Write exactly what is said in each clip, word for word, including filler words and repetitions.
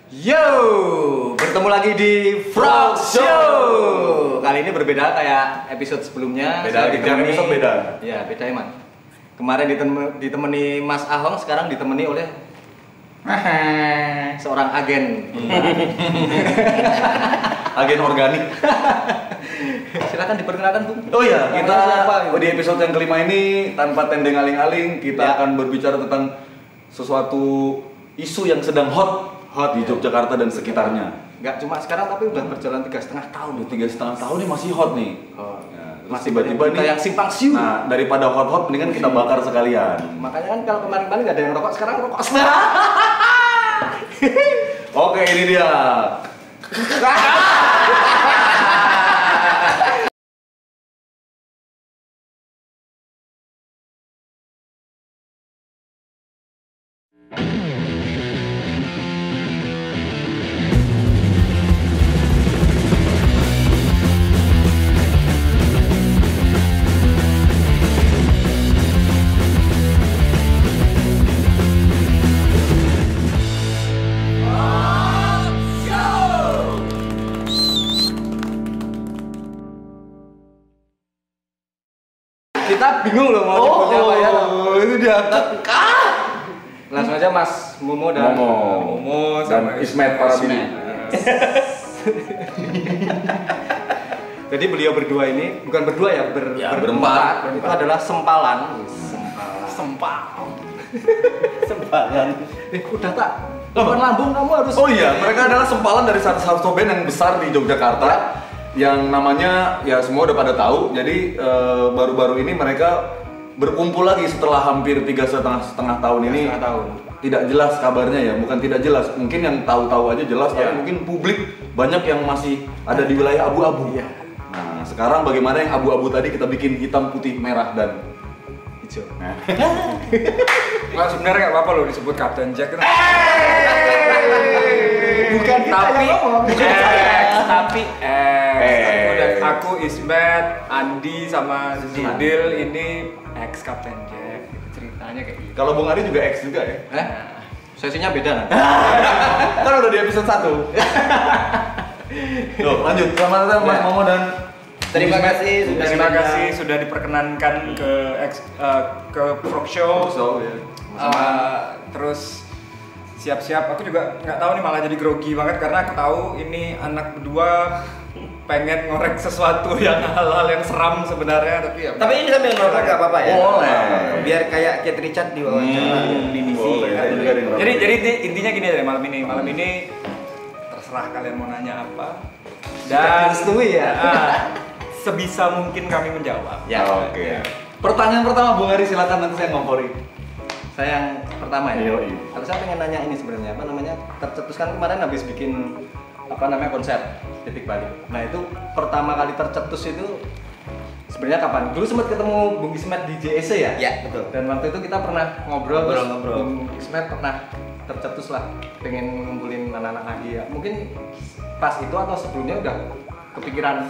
Yo, bertemu lagi di Frog Show. Kali ini berbeda kayak episode sebelumnya. Beda, ditemani, episode beda. Ya, beda ya, Man. Kemarin ditem- ditemani Mas Ahong, sekarang ditemani oleh seorang agen. Agen organik. Silakan diperkenalkan, Bu. Oh iya, kita siapa, oh, di episode yang kelima ini tanpa tendeng aling-aling kita ya. akan berbicara tentang sesuatu isu yang sedang hot hot di Yogyakarta dan sekitarnya. Nggak cuma sekarang tapi udah berjalan tiga setengah tahun. Udah tiga setengah tahun nih masih hot nih. Oh. Ya, terus Masih tiba-tiba kita nih yang simpang siur. Nah, daripada hot-hot mendingan kita bakar sekalian. Makanya kan kalau kemarin-kemarin nggak ada yang rokok, sekarang rokok semua. Oke, ini dia. Kita bingung loh mau nyebutnya apa ya. Oh, itu dia. Langsung aja Mas Momo dan Momo. Momo Dan Ismet Parabini. Jadi beliau berdua ini bukan berdua ya, ber, Ya, berempat. berempat. Itu adalah sempalan. Sempalan. Sempal. Sempalan. Eh, udah tak? Bukan lambung kamu harus. Oh iya, mereka adalah sempalan dari satu satu band yang besar di Yogyakarta yang namanya ya semua udah pada tahu. Jadi eh, baru-baru ini mereka berkumpul lagi setelah hampir tiga setengah setengah tahun ini. Setengah tahun. Tidak jelas kabarnya ya, bukan tidak jelas. Mungkin yang tahu-tahu aja jelas, Ya. tapi mungkin publik banyak yang masih ada di wilayah abu-abu. Iya. Nah, sekarang bagaimana yang abu-abu tadi kita bikin hitam, putih, merah dan hijau. nah. Wah, sebenarnya nggak apa-apa loh disebut Kapten Jack. Bukan kita Tapi yang ngomong. X, tapi X. X. Aku, dan aku Ismet, Andi sama Susan. Didil ini X Kapten Jack. Ceritanya kayak gitu. Kalau Bung Ari juga X juga ya? Eh? Sesinya beda kan? Kan udah di episode satu. Loh, lanjut. Selamat datang Mas Ya. Momo dan Terima Bung Ismet. kasih sudah Terima kasih sudah diperkenankan ke X, eh, ke Frog Show. So, ya. Eh, terus siap-siap. Aku juga nggak tahu nih, malah jadi grogi banget karena aku tahu ini anak berdua pengen ngorek sesuatu yang hal-hal yang seram sebenarnya, tapi ya Tapi ini sambil ngerokok nggak apa-apa ya? Boleh. Biar kayak Kate Richard di wawancara Hmm, B B C. boleh. kan? Saya juga di ngerokok. jadi jadi inti- intinya gini deh, malam ini malam ini terserah kalian mau nanya apa dan direstui ya? ah, sebisa mungkin kami menjawab. Ya, Oke. Pertanyaan pertama Bung Ari, silakan nanti saya ngompori. Saya yang pertama ya. Yoi. Kalau saya pengen nanya ini sebenarnya apa namanya, tercetus kan kemarin habis bikin apa namanya konser titik balik. Nah itu pertama kali tercetus itu sebenarnya kapan? Dulu sempat ketemu Bung Ismet di J S C ya? Ya, betul. Dan waktu itu kita pernah ngobrol, terus Ngobrol-ngobrol. Bung Ismet pernah tercetus lah pengen ngumpulin anak-anak lagi ya. Mungkin pas itu atau sebelumnya udah kepikiran.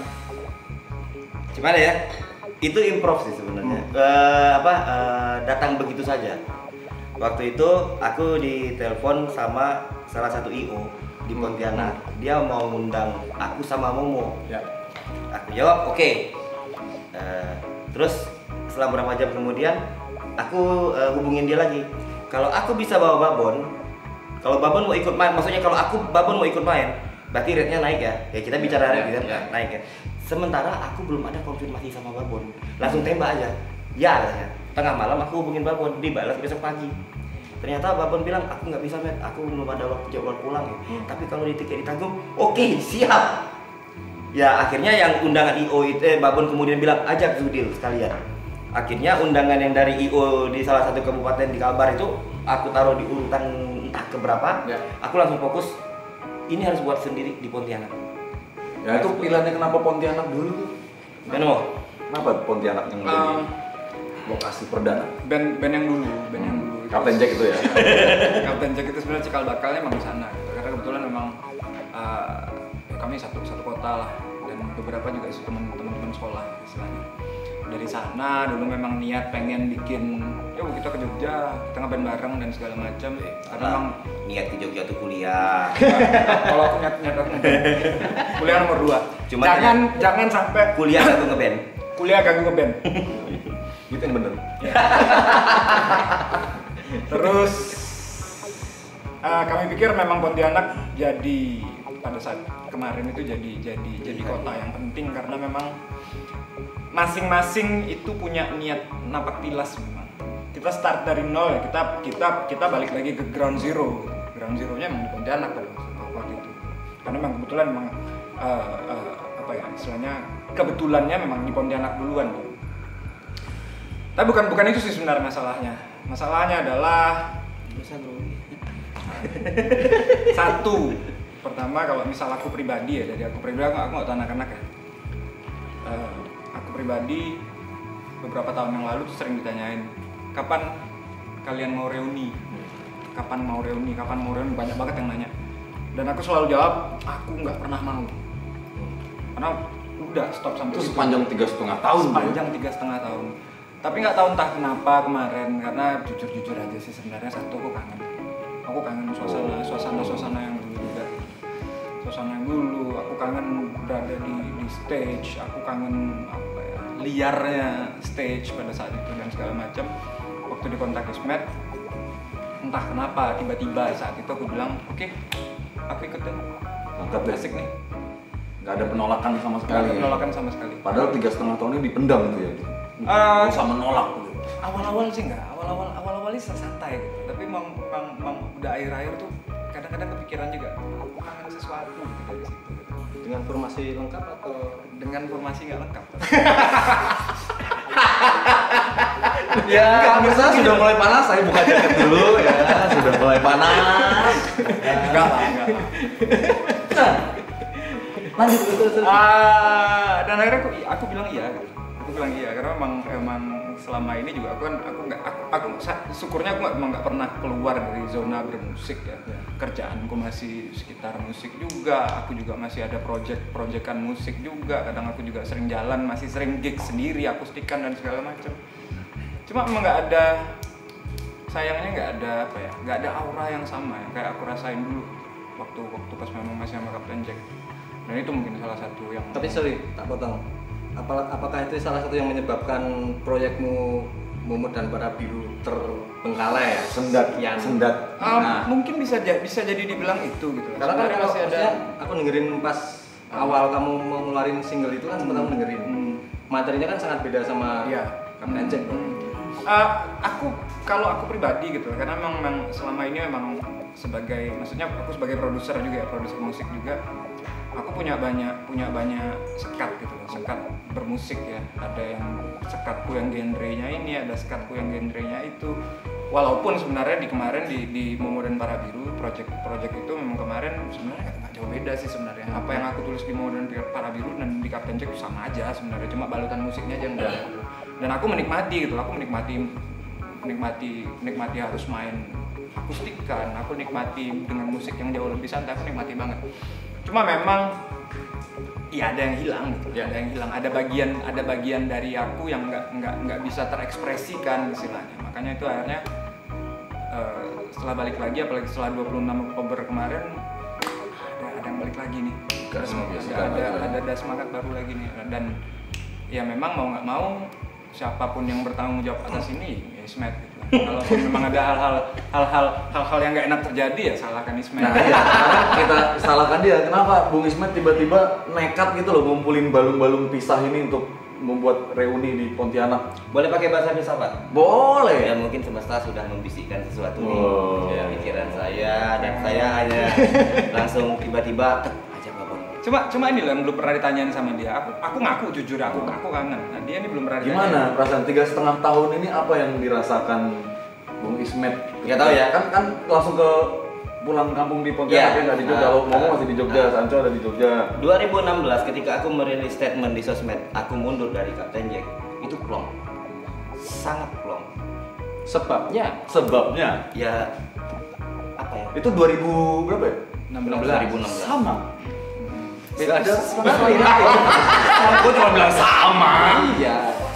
Gimana ya? Itu improv sih sebenarnya. Eh, apa eh, datang begitu saja. Waktu itu aku ditelepon sama salah satu I O di Pontianak. Dia mau ngundang aku sama Momo. Ya. Aku jawab oke. Eh, terus setelah beberapa jam kemudian aku eh, hubungin dia lagi. Kalau aku bisa bawa Babon, kalau Babon mau ikut main, maksudnya kalau aku Babon mau ikut main, berarti rate-nya naik ya. Ya kita bicara Ya, rate gitu ya. naik ya. Sementara aku belum ada konfirmasi sama Babon. Langsung tembak aja. Ya katanya. Tengah malam aku hubungin Babon, dibalas besok pagi. Ternyata Babon bilang aku nggak bisa met, aku belum ada waktu jadwal pulang ya. Hmm. Tapi kalau di tiket ditanggung, oke siap. Ya akhirnya yang undangan I O itu, eh, Babon kemudian bilang ajak Zudil sekalian. Akhirnya undangan yang dari I O di salah satu kabupaten di Kalbar itu aku taruh di urutan entah keberapa. Ya. Aku langsung fokus, ini harus buat sendiri di Pontianak. Ya itu pilihannya kenapa Pontianak dulu tuh? Dan mau Kenapa Pontianak yang menjadi Um, lokasi perdana? band band yang dulu, band yang dulu. Kapten Jack itu ya? Kapten Jack itu sebenarnya cikal bakalnya emang di sana gitu. Karena kebetulan memang uh, ya kami satu satu kota lah, dan beberapa juga teman-teman sekolah istilahnya. dari sana dulu memang niat pengen bikin, yuk kita ke Jogja, kita ngeband bareng dan segala macam. Karena memang niat ke Jogja tuh kuliah. kalau aku niat niat aku ngeband, kuliah nomor dua. Cuma jangan jangan sampai kuliah gak ngeband. Kuliah ganggu ngeband. Gitu yang bener. Terus uh, kami pikir memang Pontianak jadi pada saat kemarin itu jadi jadi jadi kota yang penting karena memang masing-masing itu punya niat napak tilas memang. Kita start dari nol ya, kita kita kita balik lagi ke ground zero. Ground zero-nya memang di Pontianak pada waktu itu. Karena memang kebetulan memang uh, uh, apa ya istilahnya kebetulannya memang di Pontianak duluan. Tapi bukan bukan itu sih sebenarnya masalahnya. Masalahnya adalah satu, pertama kalau misal aku pribadi ya, dari aku pribadi aku nggak tahu anak-anak ya. Uh, aku pribadi beberapa tahun yang lalu tuh sering ditanyain, kapan kalian mau reuni? Kapan mau reuni? Kapan mau reuni? Banyak banget yang nanya. Dan aku selalu jawab, aku nggak pernah mau. Karena udah stop sampai Itu situ. sepanjang tiga setengah tahun. Sepanjang tiga setengah tahun. Tapi nggak tahu entah kenapa kemarin, karena jujur-jujur aja sih sebenarnya satu aku kangen. Aku kangen suasana, suasana, suasana yang dulu juga. Suasana yang dulu, aku kangen berada di, di stage, aku kangen apa ya, liarnya stage pada saat itu dan segala macam. Waktu di kontak Ismet, entah kenapa tiba-tiba saat itu aku bilang, oke, okay, aku ikut deh. Lengkap deh. Asik nih. Nggak ada penolakan sama Nggak sekali. ada ya? penolakan sama sekali. Padahal tiga setengah tahun ini dipendam tuh ya. Uh, Nggak usah menolak gitu. Awal-awal sih enggak, awal-awal awal-awal sih santai gitu. Tapi memang memang, memang udah akhir-akhir tuh kadang-kadang kepikiran juga, aku kangen sesuatu gitu dari situ. Gitu. Dengan formasi lengkap atau Dengan formasi nggak lengkap. Ya, pemirsa sudah mulai panas, saya buka jaket dulu ya. Sudah mulai panas. Enggak lah, enggak lah. lanjut terus terus. Ah, dan akhirnya aku aku bilang iya gitu. Aku bilang iya karena emang emang selama ini juga aku kan aku nggak aku, aku syukurnya aku nggak emang nggak pernah keluar dari zona bermusik ya. Kerjaanku masih sekitar musik juga, aku juga masih ada project-projectan musik juga. Kadang aku juga sering jalan, masih sering gig sendiri, akustikan dan segala macam. Cuma emang nggak ada, sayangnya nggak ada apa ya, nggak ada aura yang sama ya kayak aku rasain dulu waktu waktu pas memang masih sama Kapten Jack. Dan itu mungkin salah satu yang Tapi sorry, tak potong. Apakah, apakah itu salah satu yang menyebabkan proyekmu Mumut dan Para Biru terbengkalai ya? Sendat, Sekian. sendat. Um, Nah. mungkin bisa ja- bisa jadi dibilang itu gitu. Karena kan Sebenarnya kalau masih ada maksudnya aku dengerin pas awal kamu mau ngeluarin single itu kan sempat aku dengerin. Hmm. Materinya kan sangat beda sama Iya. Kapten Jack. Hmm. Uh, aku kalau aku pribadi gitu, karena memang, memang selama ini memang sebagai, maksudnya aku sebagai produser juga ya, produser musik juga, aku punya banyak punya banyak sekat gitu loh, sekat bermusik ya. Ada yang sekatku yang genrenya ini, ada sekatku yang genrenya itu. Walaupun sebenarnya di kemarin di di Momo dan Para Biru, project-project itu memang kemarin sebenarnya nggak jauh beda sih sebenarnya. Apa yang aku tulis di Momo dan Para Biru dan di Kapten Jack sama aja sebenarnya, cuma balutan musiknya aja yang beda. Dan aku menikmati gitu, aku menikmati menikmati menikmati harus main akustikan, aku nikmati dengan musik yang jauh lebih santai, aku nikmati banget. Cuma memang ya ada yang hilang gitu, ya. ada yang hilang, ada bagian ada bagian dari aku yang nggak nggak nggak bisa terekspresikan istilahnya. Makanya itu akhirnya uh, setelah balik lagi, apalagi setelah dua puluh enam Oktober kemarin, ada ada yang balik lagi nih, Gas ada biasa, ada, kan, ada ada semangat baru lagi nih. Dan ya memang mau nggak mau siapapun yang bertanggung jawab atas ini ya Ismet gitu. Kalaupun memang ada hal-hal hal-hal hal-hal yang nggak enak terjadi ya salahkan Ismet. Nah, iya, karena kita salahkan dia. Kenapa Bung Ismet tiba-tiba nekat gitu loh ngumpulin balung-balung pisah ini untuk membuat reuni di Pontianak? Boleh pakai bahasa filsafat? Boleh. Ya mungkin semesta sudah membisikkan sesuatu Oh. di ya, pikiran saya dan saya hanya langsung tiba-tiba tek aja babon. Cuma cuma ini loh yang belum pernah ditanyain sama dia. Aku aku ngaku jujur aku aku kangen. Nah, dia ini belum pernah ditanyain. Gimana perasaan tiga setengah tahun ini, apa yang dirasakan Bung Ismet? Nggak tahu ya. Kan kan langsung ke pulang kampung di Pontianak Ya. ya, nggak di Jogja. Ah. Lo ngomong masih di Jogja, Ah. Sancho ada di Jogja. dua ribu enam belas ketika aku merilis statement di sosmed, aku mundur dari Kapten Jack. Itu plong. Sangat plong. Sebabnya Sebabnya Ya apa ya? itu dua ribu berapa ya? enam belas. dua ribu enam belas. Sama. beda ada Gue cuma bilang sama. Iya.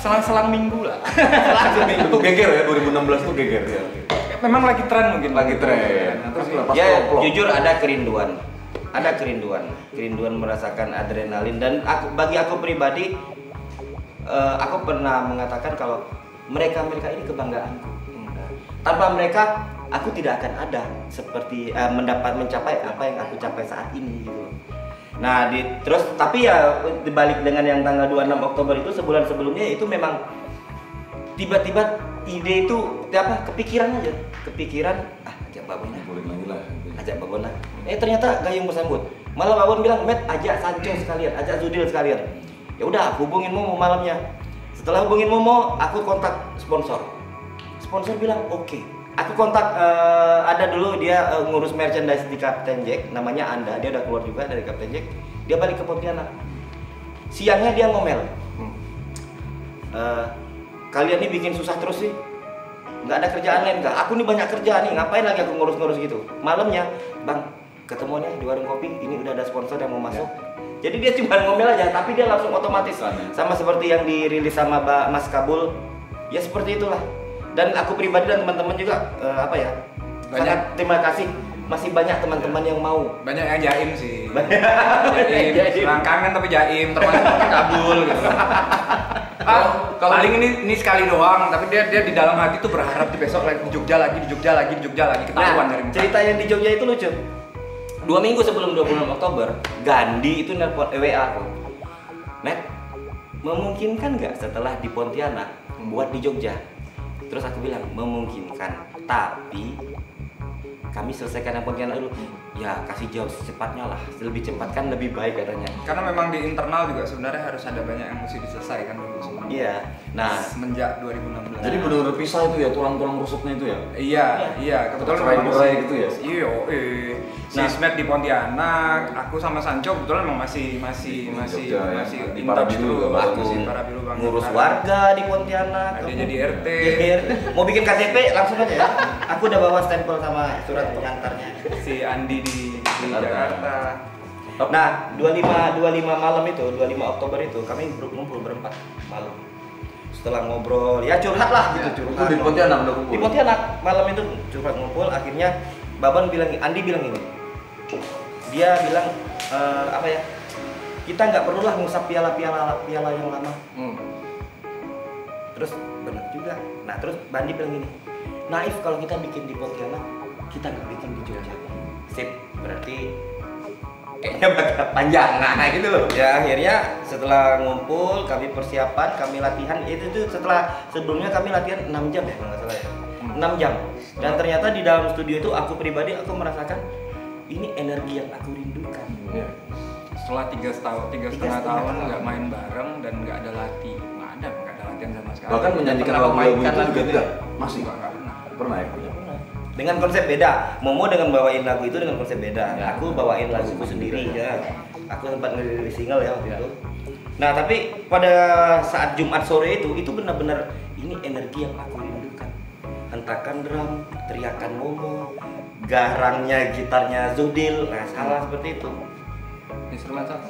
selang-selang minggu lah. Itu geger ya, dua ribu enam belas tuh geger ya. Memang lagi tren mungkin. Lagi tren. Nah, terus Pas Ya, vlog-vlog. jujur ada kerinduan. Ada kerinduan. Kerinduan merasakan adrenalin dan aku, bagi aku pribadi eh, aku pernah mengatakan kalau mereka-mereka ini kebanggaanku. Tanpa mereka aku tidak akan ada seperti eh, mendapat mencapai apa yang aku capai saat ini gitu. Nah, di, terus tapi ya dibalik dengan yang tanggal dua puluh enam Oktober itu sebulan sebelumnya itu memang tiba-tiba ide itu apa kepikiran aja, kepikiran ah ajak Babon lah, Boleh lagi lah. ajak Babon lah. Eh ternyata gayung bersambut. Malah Babon bilang, "Met, ajak Sancho sekalian, ajak Zudil sekalian." Ya udah, hubungin Momo malamnya. Setelah hubungin Momo, aku kontak sponsor. Sponsor bilang, "Oke." Aku kontak eh, ada dulu dia eh, ngurus merchandise di Captain Jack, namanya Anda. Dia udah keluar juga dari Captain Jack. Dia balik ke Pontianak. Siangnya dia ngomel. Eh, kalian ini bikin susah terus sih. Nggak ada kerjaan lain nggak? Aku nih banyak kerjaan nih, ngapain lagi aku ngurus-ngurus gitu? Malamnya, Bang, ketemuan ya di warung kopi. Ini udah ada sponsor yang mau masuk. Jadi dia cuma ngomel aja, tapi dia langsung otomatis sama seperti yang dirilis sama Ba- Mas Kabul. Ya seperti itulah. Dan aku pribadi dan teman-teman juga eh, apa ya? Banyak. Sangat terima kasih. Masih banyak teman-teman yang mau. Banyak yang jaim sih. Banyak. Jaim, Jaim. kurang kangen tapi jaim, termasuk pakai kabul gitu. Ah, Kalau- paling ini ini sekali doang, tapi dia dia di dalam hati tuh berharap di besok lagi di Jogja lagi, di Jogja lagi, di Jogja lagi ketahuan dari Nah, muka. cerita yang di Jogja itu lucu. Dua minggu sebelum dua puluh enam Oktober, Gandhi itu nelpon W A aku. Matt, memungkinkan nggak setelah di Pontianak buat di Jogja? Terus aku bilang memungkinkan, tapi kami selesaikan yang Pontianak dulu. Ya kasih jawab secepatnya lah, lebih cepat kan lebih baik katanya. Karena memang di internal juga sebenarnya harus ada banyak yang mesti diselesaikan dulu sebenarnya. Iya. Nah, Semenjak dua ribu enam belas. Jadi benar-benar pisah itu ya, tulang-tulang rusuknya itu ya. Iya, iya, kebetulan memang Cerai-berai masih- gitu ya? Iya, eh. Si Nah. Smet di Pontianak, aku sama Sancho kebetulan memang masih masih Di masih Jogja ya, masih di in Parabiru touch juga, terus. Bang. aku Masih Parabiru Bang. ngurus Parabiru. warga di Pontianak. Nah, dia jadi R T. Jadi R T. Mau bikin K T P langsung aja ya. Aku udah bawa stempel sama surat pengantarnya. Si Andi di, di Jakarta. Jakarta. Nah, dua puluh lima malam itu, dua puluh lima Oktober itu kami ngumpul berempat malam. Setelah ngobrol, ya curhat lah gitu, curhat. Itu di Pontianak udah kumpul? Di Pontianak malam itu curhat ngumpul, akhirnya Babon bilang, Andi bilang ini. Dia bilang eh, apa ya? Kita nggak perlulah ngusap piala-piala piala yang lama. Hmm. Terus benar juga. Nah terus Bandi bilang gini, naif kalau kita bikin di Pontianak, kita nggak bikin di Jogja. Sip, berarti kayaknya bakal panjang. Nah gitu loh. Ya akhirnya setelah ngumpul, kami persiapan, kami latihan. Itu tuh setelah sebelumnya kami latihan enam jam ya kalau nggak salah ya. enam jam. Dan ternyata di dalam studio itu aku pribadi aku merasakan ini energi yang aku rindukan. Iya. Setelah tiga setahun, tiga Tiga setengah setengah tahun tahun. nggak main bareng dan nggak ada latih, nggak ada, nggak ada latihan sama sekali. Bahkan menyanyikan pernah lagu-lagu memainkan itu lagu juga itu tidak? ya? Masih? Nggak, nggak pernah. Pernah ya? Dengan konsep beda. Momo dengan bawain lagu itu dengan konsep beda. Ya. Aku bawain laguku sendiri ya. Aku sempat ngerilis single ya waktu itu. Nah, tapi pada saat Jumat sore itu itu benar-benar ini energi yang aku rindukan. Hentakan drum, teriakan Momo, garangnya gitarnya Zudil. Nah, salah seperti itu. Instrumen satu.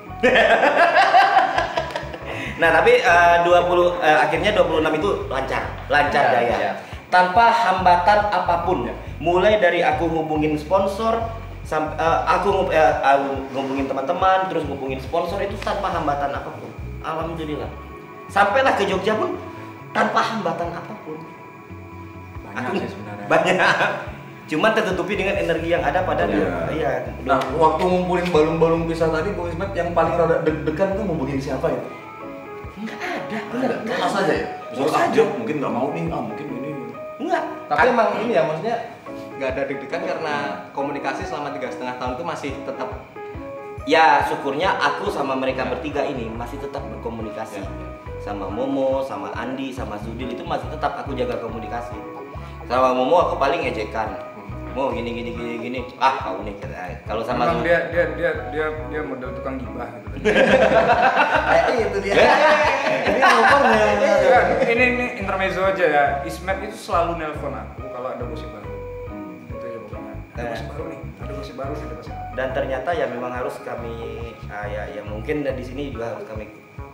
Nah, tapi eh, dua puluh eh, akhirnya dua puluh enam itu lancar, lancar Ya, jaya. ya. Tanpa hambatan apapun. Mulai dari aku hubungin sponsor sampai aku ngub- eh, aku ngubungin teman-teman, terus ngubungin sponsor itu tanpa hambatan apapun. Alhamdulillah. Sampailah ke Jogja pun tanpa hambatan apapun. Banyak Aku- sih sebenarnya. Banyak. Cuman tertutupi dengan energi yang ada pada Iya. iya. Nah, waktu ngumpulin balung-balung pisah tadi, Bung Ismet yang paling rada deg-degan tuh ngubungin siapa ya? Enggak ada, Bener, bener. lepas aja ya? Lepas Misalnya, ah, aja. Jok, mungkin nggak mau nih, ah mungkin ini. Enggak. Tapi emang ini ya maksudnya nggak ada deg-degan karena komunikasi selama tiga setengah tahun itu masih tetap Ya syukurnya aku sama mereka bertiga ini masih tetap berkomunikasi. Ya. Sama Momo, sama Andi, sama Zudil itu masih tetap aku jaga komunikasi. Sama Momo aku paling ejekan. Mo gini gini gini gini. Ah kau nih kata. Kalau sama Memang Zudil, dia dia dia dia dia model tukang gibah gitu. kayak itu dia. Ini nomornya. Ya, ini ini intermezzo aja ya. Ismet itu selalu nelpon aku kalau ada gosip baru. Itu ya pokoknya. Ada Eh. gosip baru nih, ada gosip baru nih, ada gosip baru. dan ternyata ya memang harus kami ah, ya ya mungkin dan di sini juga harus kami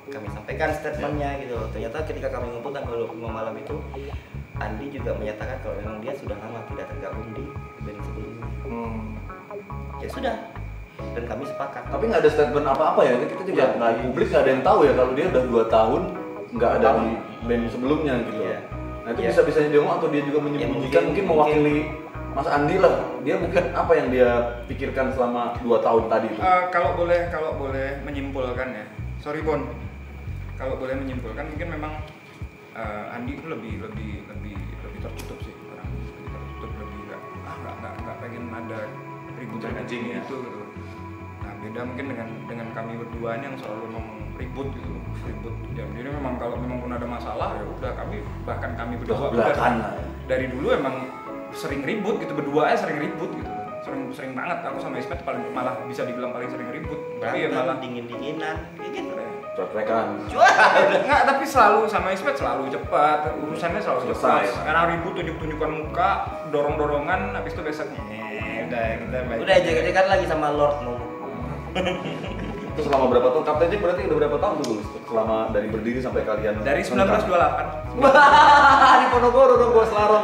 kami sampaikan statementnya gitu. Ternyata ketika kami ngumpul tanggal dua puluh lima malam itu, Andi juga menyatakan kalau memang dia sudah lama tidak tergabung di band sebelumnya. Hmm. Ya sudah, dan kami sepakat. Tapi nggak ada statement apa-apa ya, kita juga Ya. nggak publik nggak ada yang tahu ya kalau dia udah dua tahun nggak ada di band sebelumnya gitu. Iya. Nah itu Iya. bisa bisanya dia ngomong atau dia juga menyembunyikan mungkin- mungkin mewakili Mas Andi lah. Dia mungkin apa yang dia pikirkan selama dua tahun tadi itu. Eh, kalau boleh kalau boleh menyimpulkan ya, sorry Bon, kalau boleh menyimpulkan mungkin memang eh, Andi itu lebih lebih lebih lebih tertutup sih orang, lebih tertutup, lebih nggak ah nggak nggak nggak pengen ada ribut Cari anjing ya. gitu gitu. Nah beda mungkin dengan dengan kami berdua ini yang selalu memang ribut gitu, ribut. Ya, jadi memang kalau memang pun ada masalah ya udah kami bahkan kami berdua Belak-belakan dari, lah ya. dari dulu emang sering ribut gitu, berdua aja sering ribut gitu. Sering sering banget aku sama Ismet paling malah bisa dibilang paling sering ribut. Tapi ya malah dingin-dinginan kayak gitu. Trek-trekan. enggak, tapi selalu sama Ismet selalu cepat, urusannya selalu Selesai. cepat. Karena ribut tunjuk-tunjukkan muka, dorong-dorongan, habis itu besok eh, udah kita baik. Udah ejek-ejekan lagi sama Lord Momo. Itu selama berapa tahun? Kapten Jack berarti udah berapa tahun tuh tulis? Selama dari berdiri sampai kalian Dari sembilan belas dua puluh delapan. Wah, di Ponorogo dong gua selarong.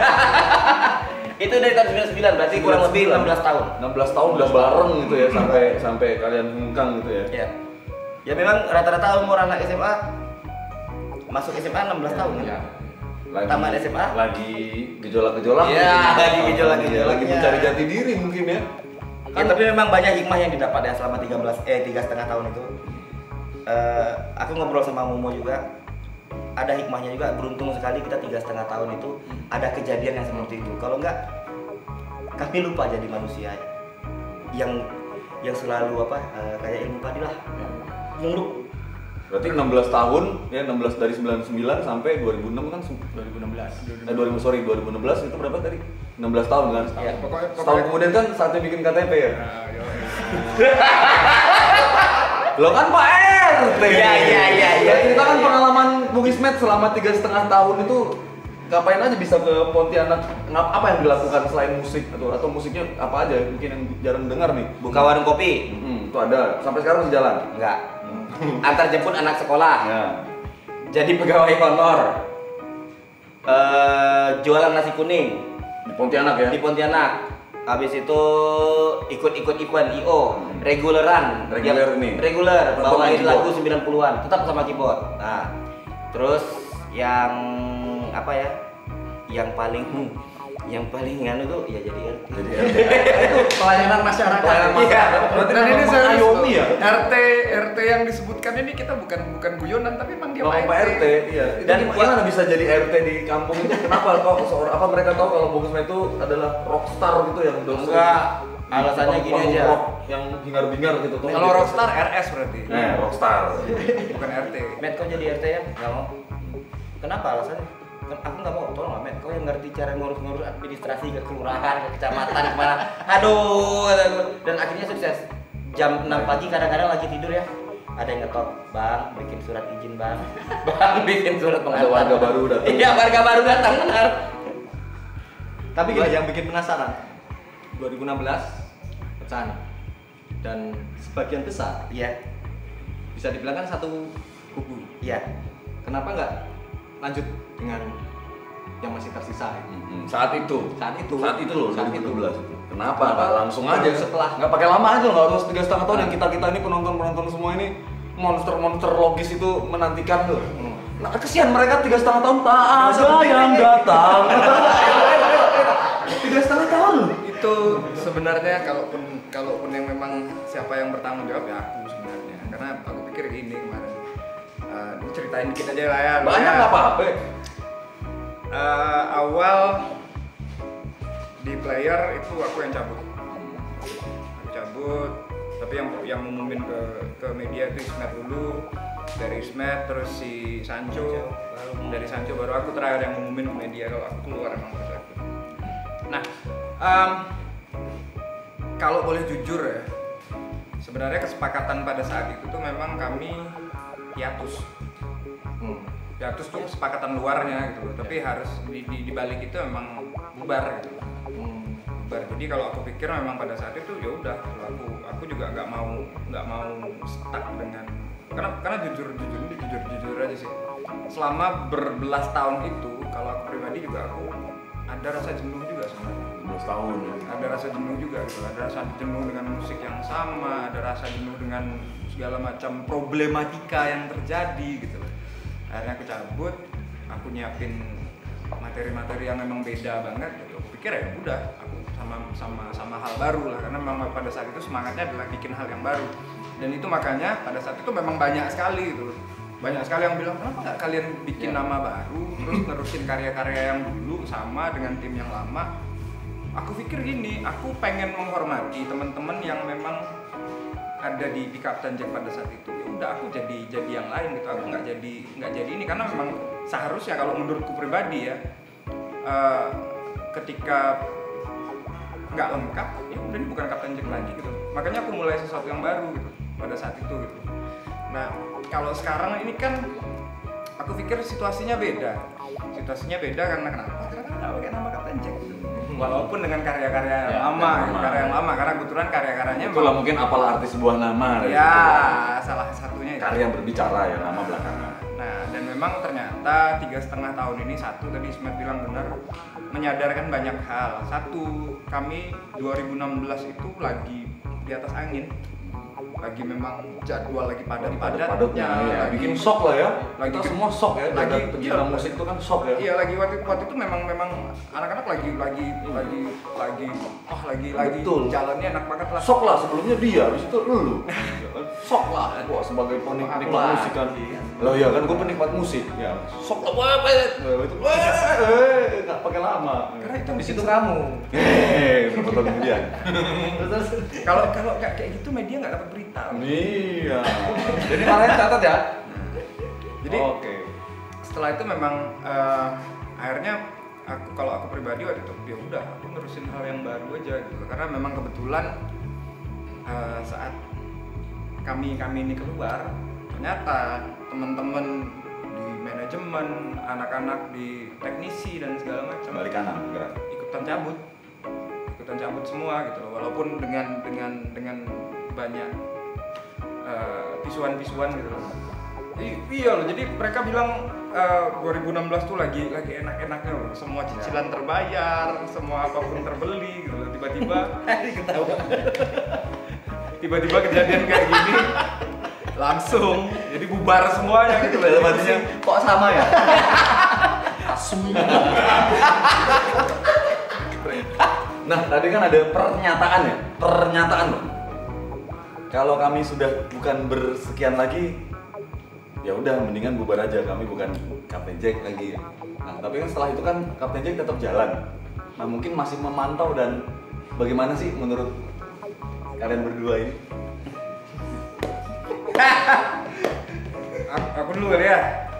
Itu dari tahun sembilan puluh sembilan, berarti kurang lebih enam belas tahun. enam belas tahun udah bareng gitu ya sampai sampai kalian hengkang gitu ya. Ya. Ya memang rata-rata umur anak S M A masuk S M A enam belas tahun kan. Ya. Lagi, Tamat S M A? lagi gejolak-gejolak. Iya, gitu. lagi gejolak-gejolaknya. Lagi mencari jati diri mungkin ya. Ya, tapi memang banyak hikmah yang didapat ya selama tiga belas eh tiga setengah tahun itu. Eh, aku ngobrol sama Momo juga. Ada hikmahnya juga, beruntung sekali kita tiga setengah tahun itu ada kejadian yang seperti itu. Kalau enggak, kami lupa jadi manusia yang yang selalu apa eh, kayak ilmu padi lah, nunduk. Berarti enam belas tahun ya, enam belas dari sembilan puluh sembilan sampai dua ribu enam kan dua ribu enam belas. eh dua ribu sorry dua ribu enam belas itu berapa tadi? enam belas tahun kan? Iya. Pokoknya Setahun kemudian kan saatnya bikin K T P ya? Nah, yo, Lo kan Pak R T. Iya, iya, iya, iya. Kita kan pengalaman Bung Ismet selama tiga setengah tahun itu ngapain aja bisa ke Pontianak? Ngap- Apa yang dilakukan selain musik atau atau musiknya apa aja? Mungkin yang jarang dengar nih. Buka warung kopi? Hmm, itu ada. Sampai sekarang masih jalan. Enggak. Antar jemput anak sekolah. Ya. Jadi pegawai honor. Eh, jualan nasi kuning Di Pontianak ya. di Pontianak. Habis itu ikut-ikut event I O, reguleran, Reguler Yang- nih. reguler, Tetap bawain main lagu keyboard. sembilan puluhan, tetap sama keyboard. Nah, terus yang apa ya? Yang paling hmm, yang paling nganu tuh ya jadi R T. Jadi R T. Itu pelayanan masyarakat. Pelayanan Iya. masyarakat. Berarti Dan ini memang serius mengayomi ya. R T R T yang disebutkan ini kita bukan bukan guyonan tapi memang dia Memang Pak R T, iya. Dan Dan gimana bisa jadi R T di kampung itu? Kenapa kok seorang apa mereka tahu kalau Bung Ismet itu adalah rockstar gitu yang udah Enggak, alasannya gini panggung aja. rock yang hingar-bingar gitu tuh. Kalau rockstar R S berarti. Eh, rockstar. Bukan R T. Met, kau jadi R T ya? Nggak mau. Kenapa alasannya? Kan aku nggak mau, tolong lah Met, kau yang ngerti cara ngurus-ngurus administrasi ke kelurahan, ke kecamatan, kemana. Aduh, kata aku. Dan akhirnya sukses. Jam enam pagi kadang-kadang lagi tidur ya. Ada yang ngetok, bang, bikin surat izin bang. Bang, bikin surat pengantar. Ada warga baru datang. Iya, warga baru datang, benar. Tapi gini, yang bikin penasaran dua ribu enam belas pecah nih. Dan sebagian besar Iya, bisa dibilang kan satu kubu. iya. Kenapa nggak lanjut dengan yang masih tersisa? Hmm, saat itu. Saat itu. Saat itu loh, Saat dua ribu itu. enam belas itu. Kenapa? Kenapa? Nggak langsung aja Setelah- nggak pakai lama aja, nggak harus tiga setengah tahun yang kita kita ini penonton penonton semua ini monster-monster logis itu menantikan tuh. Hmm. Nah, kesian mereka tiga setengah tahun tak ada yang datang. Tiga setengah tahun loh. Itu sebenarnya kalaupun kalaupun yang memang siapa yang bertanggung jawab ya aku sebenarnya. Karena aku pikir gini kemarin. Eh, ini ceritain dikit aja lah ya. Banyak Ya. nggak apa-apa. Eh, awal di player itu aku yang cabut. Aku cabut, tapi yang yang ngumumin ke ke media itu Ismet dulu, dari Ismet terus si Sancho, dari Sancho baru aku terakhir yang ngumumin ke media kalau aku keluar emang pas aku. Nah, em, kalau boleh jujur ya, sebenarnya kesepakatan pada saat itu tuh memang kami hiatus. Hmm. Hiatus tuh kesepakatan luarnya gitu loh, tapi harus di, di, di balik itu memang bubar gitu loh. Hmm. Bubar. Jadi kalau aku pikir memang pada saat itu ya udah, kalau aku aku juga nggak mau nggak mau stuck dengan karena karena jujur jujur ini jujur jujur aja sih. Selama berbelas tahun itu, kalau aku pribadi juga aku ada rasa jenuh juga sebenarnya. dua belas tahun ya. Ada rasa jenuh juga gitu. Ada rasa jenuh dengan musik yang sama, ada rasa jenuh dengan segala macam problematika yang terjadi gitu. Akhirnya aku cabut, aku nyiapin materi-materi yang memang beda banget gitu. Aku pikir ya udah, aku sama sama sama hal baru lah, karena memang pada saat itu semangatnya adalah bikin hal yang baru. Dan itu makanya pada saat itu memang banyak sekali gitu. Banyak sekali yang bilang, kenapa nggak kalian bikin nama baru, terus nerusin karya-karya yang dulu sama dengan tim yang lama. Aku pikir gini, aku pengen menghormati teman-teman yang memang ada di di Kapten Jack pada saat itu. Ya udah, aku jadi jadi yang lain gitu. Aku nggak jadi nggak jadi ini karena memang seharusnya kalau menurutku pribadi ya, uh, ketika nggak lengkap, ya udah ini bukan Kapten Jack lagi gitu. Makanya aku mulai sesuatu yang baru gitu pada saat itu gitu. Nah, kalau sekarang ini kan aku pikir situasinya beda. Situasinya beda karena kenapa? Karena kan nggak pakai nama Kapten Jack gitu. Walaupun dengan karya-karya Ya, lama, lama. karya yang lama, karena kebetulan karya-karyanya Itulah mungkin apalah arti sebuah nama. ya salah satunya itu. Karya yang berbicara ya, nama belakangan. Nah, dan memang ternyata tiga setengah tahun ini satu tadi Ismet bilang benar, menyadarkan banyak hal. Satu, kami dua ribu enam belas itu lagi di atas angin, lagi memang jadwal lagi padat-padatnya, Padatnya ya, lagi bikin shock lah ya. lagi- Kita semua shock ya. lagi- Lagi pencinta iya. musik itu kan shock ya. Iya, lagi waktu waktu itu memang memang anak-anak lagi lagi lagi lagi wah lagi lagi Betul. jalannya enak banget lah. Shock lah, sebelumnya dia, habis itu lu. Shock lah, gua sebagai penik- Aku penikmat lagi. musik kan. Loh ya kan gua penikmat musik. Ya, shock lah, wah, wah, itu, wah, eh, nggak pakai lama. Karena itu Di situ kamu. Hehehe, berapa tahun kemudian? Kalau kalau nggak kayak gitu media nggak dapat berita. Iya. Jadi makanya catat ya. Jadi Oke. setelah itu memang eh, akhirnya aku kalau aku pribadi waktu itu ya udah aku nerusin hal yang baru aja gitu karena memang kebetulan eh, saat kami kami ini keluar ternyata teman-teman di manajemen, anak-anak di teknisi dan segala macam Balik kanan, gerak. ikutan cabut ikutan cabut semua gitu loh, walaupun dengan dengan dengan banyak eh, pisuan-pisuan gitu loh. I- iya loh, jadi mereka bilang eh, dua ribu enam belas tuh lagi lagi enak-enaknya loh, semua cicilan terbayar, semua apapun terbeli gitu loh. Tiba-tiba tiba-tiba kejadian kayak gini langsung jadi bubar semuanya gitu loh. Dalam artinya kok sama ya? Nah, tadi kan ada pernyataan ya, pernyataan loh. Kalau kami sudah bukan bersekian lagi, ya udah mendingan bubar aja, kami bukan Kapten Jack lagi. Nah, tapi kan setelah itu kan Kapten Jack tetap jalan. Nah, mungkin masih memantau dan bagaimana sih menurut kalian berdua ini? Aku, aku dulu kali ya.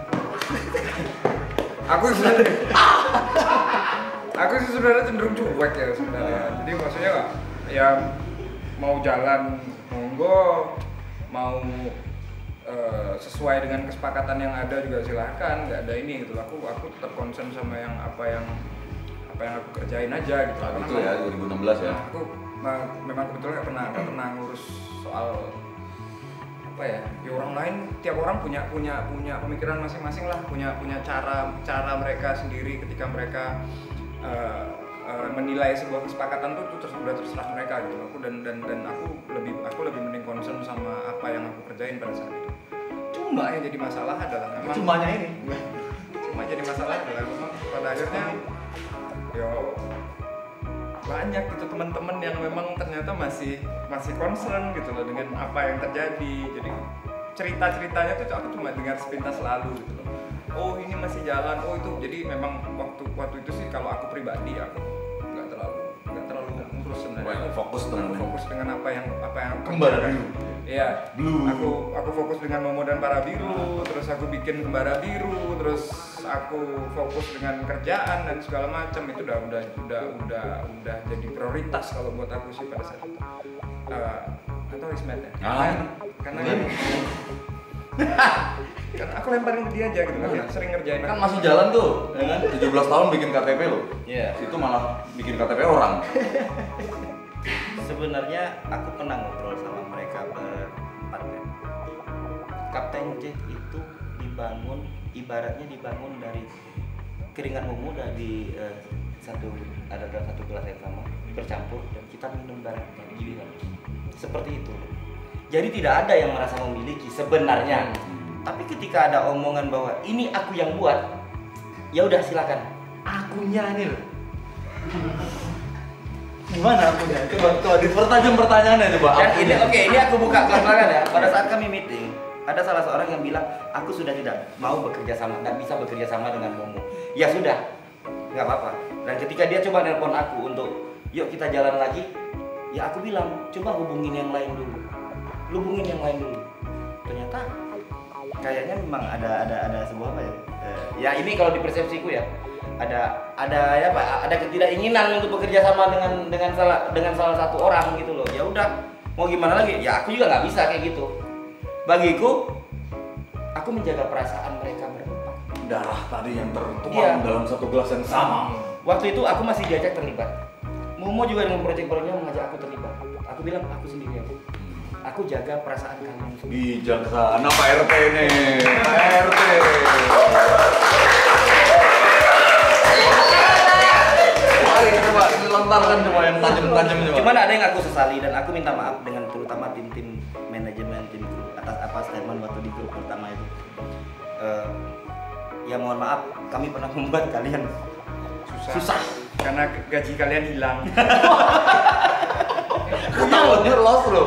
Aku sebenarnya aku sih sebenarnya cenderung cuek ya sebenarnya. Jadi maksudnya nggak, ya mau jalan monggo, mau eh, sesuai dengan kesepakatan yang ada juga silahkan, nggak ada ini gitu. Aku aku tetap concern sama yang apa yang apa yang aku kerjain aja gitu. Saat Karena itu ya, dua ribu enam belas ya. Nah, aku ma- memang kebetulan nggak pernah nggak pernah ngurus soal apa ya, ya orang lain, tiap orang punya punya punya pemikiran masing-masing lah, punya punya cara cara mereka sendiri ketika mereka uh, uh, menilai sebuah kesepakatan tuh, tuh terus udah terserah mereka gitu. Aku dan dan dan aku lebih aku lebih mending concern sama apa yang aku kerjain pada saat itu. Cuma yang jadi masalah adalah memang Cumanya ini. cuma jadi masalah adalah memang pada akhirnya yo banyak gitu teman-teman yang memang ternyata masih masih concern gitu loh dengan apa yang terjadi. Jadi cerita-ceritanya tuh aku cuma dengar sepintas lalu gitu loh. Oh ini masih jalan, oh itu. Jadi memang waktu waktu itu sih kalau aku pribadi aku nggak terlalu nggak terlalu ngurus sebenarnya. Fokus Aku dengan fokus dengan apa yang apa yang aku Kembara kerjakan. Biru. Iya. Blue. Aku aku fokus dengan Momo dan Para Biru, terus aku bikin Kembara Biru, terus aku fokus dengan kerjaan dan segala macam. Itu udah udah udah udah udah jadi prioritas kalau buat aku sih pada saat itu. Uh, atau Ismet ya? Ah. Karena kan karena aku lemparin ke dia aja gitu kan, sering ngerjain. Kan masih jalan tuh, ya kan? tujuh belas tahun bikin K T P loh. Iya. Itu malah bikin K T P orang. Sebenarnya aku pernah ngobrol sama mereka berempat ya. Kapten Jack itu dibangun, ibaratnya dibangun dari keringat Momo dari uh, satu ada dalam satu gelas yang sama bercampur dan kita minum bareng giliran. Seperti itu. Jadi tidak ada yang merasa memiliki sebenarnya. Tapi ketika ada omongan bahwa ini aku yang buat, ya udah silakan. Akunya nih loh. Gimana akunya? Coba coba dipertajam pertanyaannya coba. Dan ini oke, ini aku buka pelan-pelan ya. Pada saat kami meeting, ada salah seorang yang bilang, aku sudah tidak mau bekerja sama, tidak bisa bekerja sama dengan Momo. Ya sudah, nggak apa-apa. Dan ketika dia coba nelpon aku untuk, yuk kita jalan lagi, ya aku bilang, coba hubungin yang lain dulu. Lu hubungin yang lain dulu. Ternyata kayaknya memang ada ada ada sebuah apa ya? Eh, ya ini kalau di persepsiku ya, ada ada ya apa? Ada ketidakinginan untuk bekerja sama dengan dengan salah dengan salah satu orang gitu loh. Ya udah, mau gimana lagi? Ya aku juga nggak bisa kayak gitu. Bagiku, aku menjaga perasaan mereka berempat. Darah tadi yang tertuang Iya. dalam satu gelas yang sama. Waktu itu aku masih diajak terlibat. Momo juga dengan proyek-proyeknya mengajak aku terlibat. Aku bilang aku sendiri aja. Aku jaga perasaan kalian semua. Bijaksana Pak R T nih. Pak R T. Mari coba dilontarkan coba yang tajam-tajam coba. Cuman ada yang aku sesali dan aku minta maaf dengan terutama tim-tim manajemen tim kru atas apa statement waktu di grup pertama itu. Eh, ya mohon maaf, kami pernah membuat kalian Susah. susah. Karena gaji kalian hilang. Ketahuannya lost loh.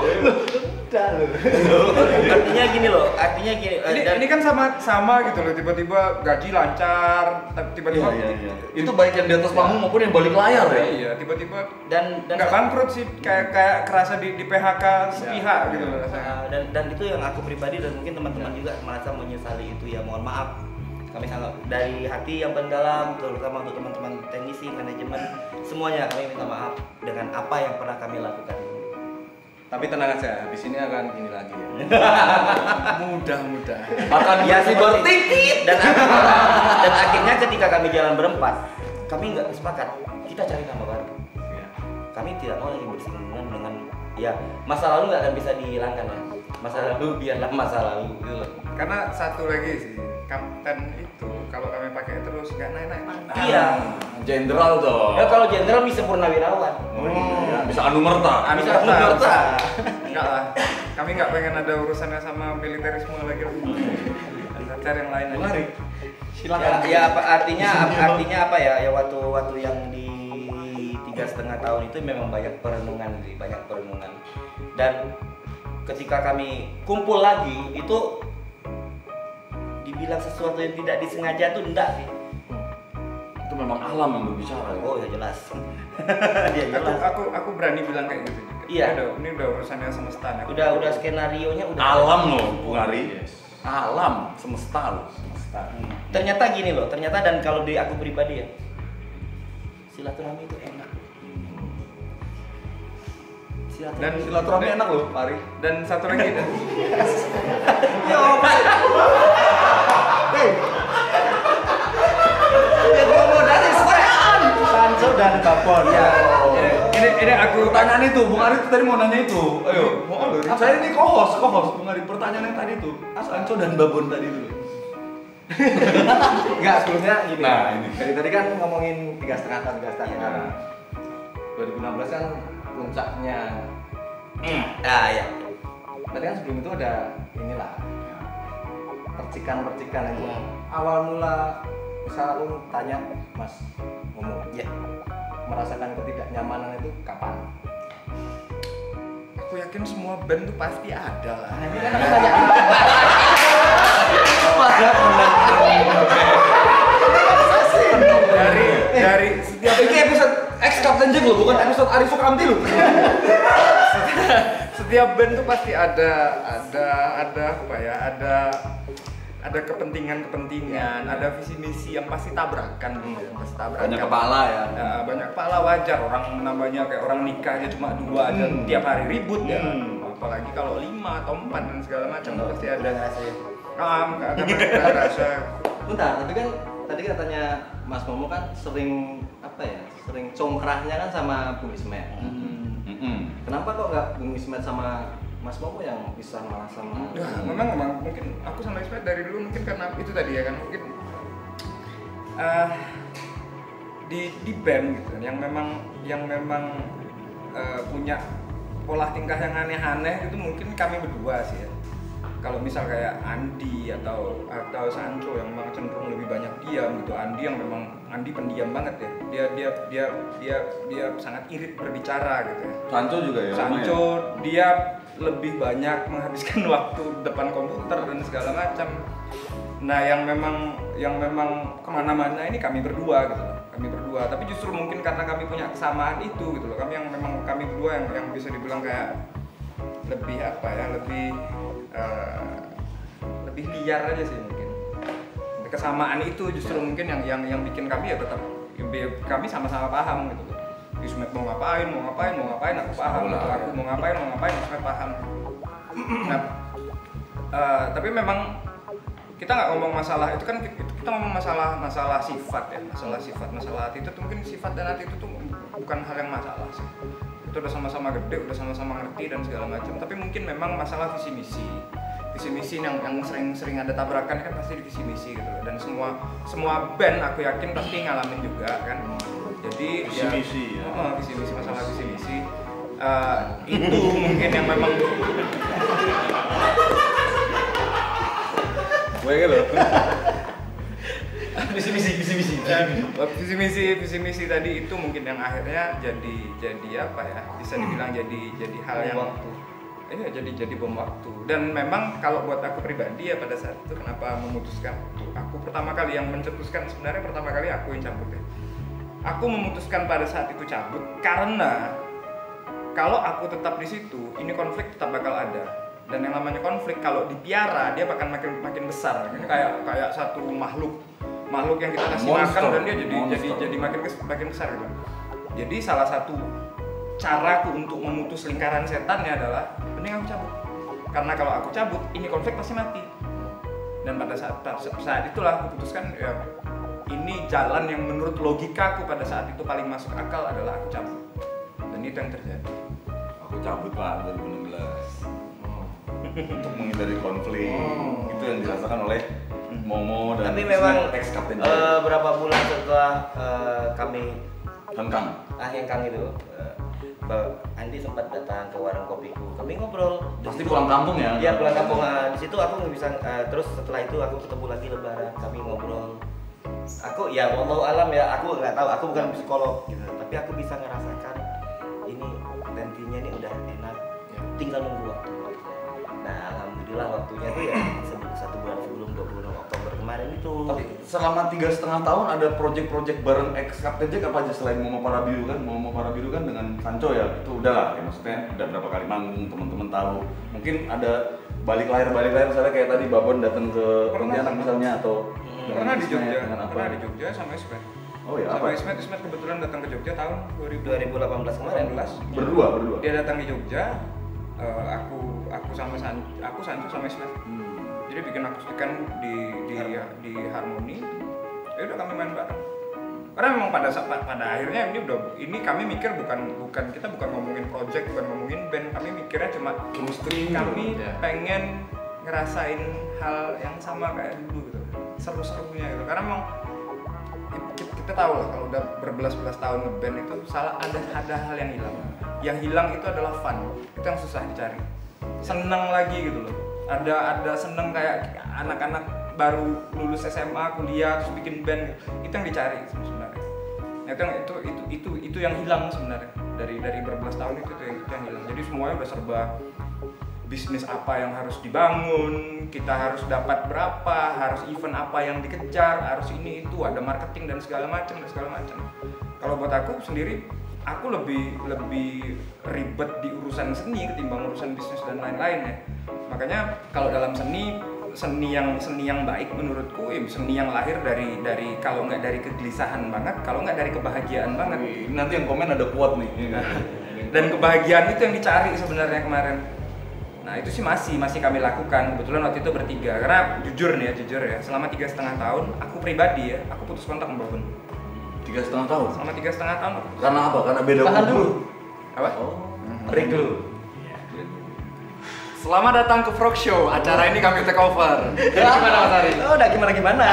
Artinya gini loh, artinya gini. eh, Ini, dan- ini kan sama sama gitu loh, tiba-tiba gaji lancar, tapi tiba-tiba Iya, iya, iya. Itu baik yang di atas panggung maupun yang balik layar ya. Iya, tiba-tiba dan dan nggak bangkrut sih, kayak kayak kerasa di, di P H K sepihak gitu loh rasanya. Uh, dan dan itu yang aku pribadi dan mungkin teman-teman juga merasa menyesali itu, ya mohon maaf. Kami sangat dari hati yang paling dalam, terutama untuk teman-teman teknisi, manajemen, semuanya kami minta maaf dengan apa yang pernah kami lakukan. Tapi tenang aja, habis ini akan ini lagi ya. Mudah-mudah. Akan Ya berkibar seperti tinggi. dan dan akhirnya ketika kami jalan berempat, kami nggak sepakat, kita cari nama baru. Kami tidak mau lagi bersinggungan dengan, ya masa lalu nggak akan bisa dihilangkan ya. Masa lalu biarlah masa lalu gitu loh. Karena satu lagi sih, kapten itu kalau kami pakai terus nggak naik-naik pangkat. Iya. Jenderal dong. Ya kalau jenderal bisa purnawirawan. Oh, iya. Bisa Anumerta. Anu Bisa Merta. Anumerta. Enggak lah. Kami nggak pengen ada urusannya sama militerisme lagi. Kita cari yang lain aja. Menarik. Ya, Silakan. ya apa artinya artinya apa ya? Ya waktu waktu yang di tiga setengah tahun itu memang banyak perenungan sih, banyak perenungan. Dan ketika kami kumpul lagi itu dibilang sesuatu yang tidak disengaja tuh enggak sih. Itu memang alam yang berbicara ya. Oh ya jelas. Ya Aku, jelas. aku aku berani bilang kayak gitu juga. Iya. Udah, ini udah urusannya semesta. nih. Udah udah skenario nya udah. Alam loh, Bung Ari. Alam, semesta loh, semesta. Hmm. Ternyata gini loh, ternyata dan kalau di aku pribadi ya, silaturahmi itu enak. Silaturahmi. Dan Silaturahmi enak loh, Pak Ari. Dan satu lagi. Sancho dan Babon. Iya. ini ini aku Pertanyaan itu, Bung Ari tadi mau nanya itu. Ayo. Mau loh, Ri. Saya ini co-host, co-host Bung Ari. Pertanyaan yang tadi tuh, Sancho dan Babon tadi dulu. Enggak, sebelumnya gini. Nah, ini. Dari tadi kan ngomongin tiga setengah tahun, tiga setengah Iya. tahun. dua ribu enam belas kan puncaknya. Ah ya. Berarti kan sebelum itu ada inilah percikan-percikan itu. Hmm. Awal mula misal lu tanya Mas Momo, Ya. merasakan ketidaknyamanan itu kapan? aku yakin semua band tuh pasti ada lah. Ini kan aku tanya. Dari dari setiap Ini episode X Captain Jack loh, bukan episode Ari Sukamti loh. setiap band tuh pasti ada ada ada apa ya, ada ada kepentingan-kepentingan, ada visi misi yang pasti tabrakan gitu, pasti tabrakan. Banyak kepala ya. Ya, banyak kepala wajar, orang namanya kayak orang nikah aja cuma dua aja Hmm. tiap hari ribut ya. Hmm. Apalagi kalau lima atau empat dan segala macam Hmm. pasti ada. rasanya. Ah, nggak ada nggak rasa. Bentar, tapi kan tadi katanya Mas Momo kan sering apa ya? Sering congkrahnya kan sama Bung Ismet. Mm-mm. Kenapa kok nggak Bung Ismet sama Mas Momo yang bisa malah sama. Ya, memang memang mungkin aku sama Ismet dari dulu mungkin karena itu tadi ya kan mungkin uh, di di band gitu kan yang memang yang memang uh, punya pola tingkah yang aneh-aneh itu mungkin kami berdua sih ya. Kalau misal kayak Andi atau atau Sancho yang memang cenderung lebih banyak diam gitu. Andi yang memang Andi pendiam banget ya. Dia dia dia dia dia sangat irit berbicara gitu ya. Sancho juga ya. Sancho dia lebih banyak menghabiskan waktu depan komputer dan segala macam. Nah yang memang yang memang kemana-mana ini kami berdua gitu loh. Kami berdua. Tapi justru mungkin karena kami punya kesamaan itu gitu loh. Kami yang memang kami berdua yang yang bisa dibilang kayak lebih apa ya lebih uh, lebih liar aja sih mungkin. Kesamaan itu justru mungkin yang yang yang bikin kami ya tetap kami sama-sama paham gitu loh. Ismet mau ngapain, mau ngapain, mau ngapain, aku paham gitu. Aku mau ngapain, mau ngapain, Ismet paham. Nah, uh, tapi memang kita nggak ngomong masalah itu kan kita, kita ngomong masalah masalah sifat ya, masalah sifat, masalah hati itu tuh mungkin sifat dan hati itu tuh bukan hal yang masalah sih. Itu udah sama-sama gede, udah sama-sama ngerti dan segala macam. Tapi mungkin memang masalah visi misi, visi misi yang yang sering-sering ada tabrakan kan pasti di visi misi gitu. Dan semua semua band aku yakin pasti ngalamin juga kan. Jadi visi misi ya, ya. Oh, visi misi masalah visi misi uh, itu mungkin yang memang gue gitu. Visi misi, visi misi. Visi misi, visi misi tadi itu mungkin yang akhirnya jadi jadi apa ya? Bisa dibilang jadi jadi hal yang waktu. Iya jadi jadi bom waktu. Dan memang kalau buat aku pribadi ya pada saat itu kenapa memutuskan tuh aku pertama kali yang mencetuskan sebenarnya pertama kali aku yang cabut ya. Aku memutuskan pada saat itu cabut karena kalau aku tetap di situ, ini konflik tetap bakal ada. Dan yang namanya konflik kalau dipiara dia bakal makin makin besar. Ini kayak kayak satu makhluk makhluk yang kita kasih Monster. makan dan dia jadi Monster. jadi jadi makin makin besar gitu. Jadi salah satu caraku untuk memutus lingkaran setannya adalah mending aku cabut. Karena kalau aku cabut, ini konflik pasti mati. Dan pada saat saat itulah aku putuskan ya ini jalan yang menurut logikaku pada saat itu paling masuk akal adalah aku cabut. Dan itu yang terjadi. Aku cabut Pak dua ribu enam belas untuk menghindari konflik. Oh. Itu yang dirasakan oleh Momo dan Tapi memang ex Kapten uh, berapa bulan setelah uh, kami Hengkang. ah yang kang itu uh, Andi sempat datang ke warung kopiku. Kami ngobrol. Pasti pulang kampung ya? Iya pulang kampung. Uh, di situ aku nggak bisa. Uh, terus setelah itu aku ketemu lagi Lebaran. Kami ngobrol. Aku ya wallahu alam ya. Aku nggak tahu. Aku bukan psikolog gitu. Tapi aku bisa ngerasakan ini nantinya ini udah enak. Tinggal nunggu waktu. Nah alhamdulillah waktunya tuh ya satu bulan sebelum dua puluh enam Oktober kemarin itu. Tapi selama tiga setengah tahun ada project-project bareng ex Kapten Jack apa aja selain Momo Parabiru kan? Momo Parabiru kan dengan Sancho ya itu udah lah ya maksudnya udah berapa kali manggung teman-teman tahu. Mungkin ada balik layar balik layar misalnya kayak tadi Babon datang ke Pontianak misalnya atau Hmm. Pernah di Jogja, dengan apa? pernah di Jogja sama Ismet. Oh ya Sama apa? Ismet, Ismet kebetulan datang ke Jogja tahun dua ribu dua ribu delapan belas kemarin. delapan belas. Berdua berdua. Dia datang di Jogja, uh, aku aku sama San, aku Sancho sama Ismet. Hmm. Jadi bikin akustikan di di di Harmoni. Ya udah kami main bareng. Karena memang pada saat pada akhirnya ini udah ini kami mikir bukan bukan kita bukan ngomongin project, bukan ngomongin band, kami mikirnya cuma Chemistry kami ya. pengen ngerasain hal yang sama kayak dulu gitu. Seru-serunya gitu. Karena memang kita, kita tahu lah kalau udah berbelas-belas tahun ngeband itu salah ada ada hal yang hilang. Yang hilang itu adalah fun. Itu yang susah dicari. Seneng lagi gitu loh. Ada ada seneng kayak anak-anak baru lulus S M A, kuliah terus bikin band gitu. Itu yang dicari sebenarnya. Nah, itu yang itu itu itu itu yang hilang sebenarnya. Dari dari berbelas tahun itu, itu yang itu yang hilang. Jadi semuanya udah serba bisnis apa yang harus dibangun, kita harus dapat berapa, harus event apa yang dikejar, harus ini itu, ada marketing dan segala macam dan segala macam. Kalau buat aku sendiri, aku lebih lebih ribet di urusan seni ketimbang urusan bisnis dan lain-lain ya. Makanya kalau dalam seni seni yang seni yang baik menurutku ya seni yang lahir dari dari kalau nggak dari kegelisahan banget, kalau nggak dari kebahagiaan banget. Ini nanti yang komen ada kuat nih. Ya kan? Dan kebahagiaan itu yang dicari sebenarnya kemarin. Nah itu sih masih masih kami lakukan kebetulan waktu itu bertiga karena jujur nih ya jujur ya selama tiga setengah tahun aku pribadi ya aku putus kontak sama Babon. Tiga setengah tahun. Selama tiga setengah tahun aku putus. Karena apa? Karena beda Tahan kubu. dulu. Apa? Oh. Break dulu. Selamat datang ke Frog Show. Acara ini kami take over. Gimana Mas Ari? Oh, udah gimana gimana.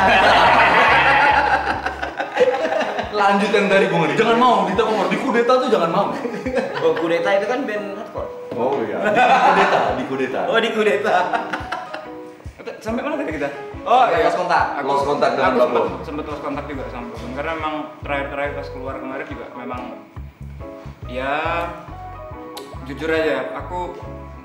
Lanjut yang dari Bung Adi. Jangan mau di take over. Di kudeta tuh jangan mau. Oh, kudeta itu kan band hardcore. Oh iya. Di kudeta, di kudeta. Oh, di kudeta. Sampai mana tadi kita? Oh, ya, lost kontak. Aku, Lost kontak dengan aku Babon. sempet, sempet lost kontak juga sama Babon. Karena memang terakhir-terakhir pas keluar kemarin juga memang ya jujur aja aku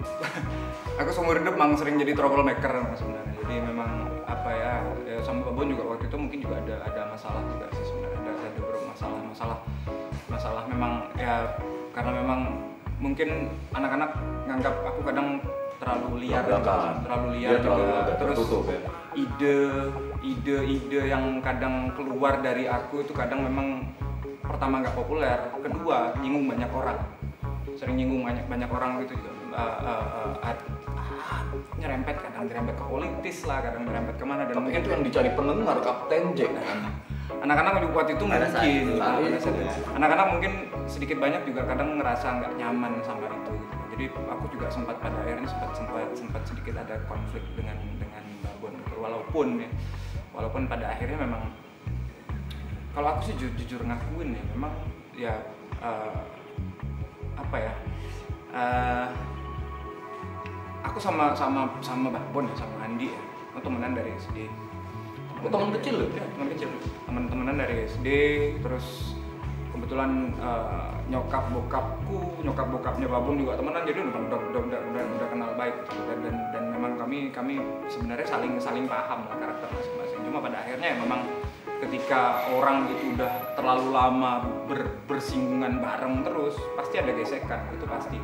aku seumur hidup memang sering jadi troublemaker sebenarnya. Jadi memang apa ya, ya sama Babon juga waktu itu mungkin juga ada ada masalah juga sih sebenarnya. Ada ada beberapa masalah masalah masalah memang ya karena memang mungkin anak-anak nganggap aku kadang terlalu liar, Belakang. terlalu liar Dia terlalu juga. udah Terus tertutup, ya. ide ide ide yang kadang keluar dari aku itu kadang memang pertama nggak populer, kedua nyinggung banyak orang, sering nyinggung banyak banyak orang gitu juga. Uh, uh, uh, uh, uh, nyerempet kadang nyerempet ke politis lah, kadang nyerempet kemana dan Tapi mungkin itu yang dicari pendengar Kapten Jack kan. anak-anak juga waktu itu Pada saat mungkin itu, pada pada saat itu. itu. anak-anak mungkin sedikit banyak juga kadang ngerasa nggak nyaman sama itu gitu. Jadi aku juga sempat pada akhirnya sempat sempat sempat sedikit ada konflik dengan dengan Babon gitu. Walaupun ya walaupun pada akhirnya memang kalau aku sih ju jujur ngakuin ya memang ya uh, apa ya uh, aku sama sama sama Babon ya sama Andi ya oh, temenan dari S D. Oh, teman kecil loh? Ya, teman kecil. Teman-temanan dari S D, terus kebetulan uh, nyokap bokapku, nyokap bokapnya Babon juga temenan, jadi udah udah udah udah, udah, udah kenal baik gitu. dan, dan dan memang kami kami sebenarnya saling saling paham lah karakter masing-masing. Cuma pada akhirnya ya memang ketika orang itu udah terlalu lama ber, bersinggungan bareng terus, pasti ada gesekan, itu pasti.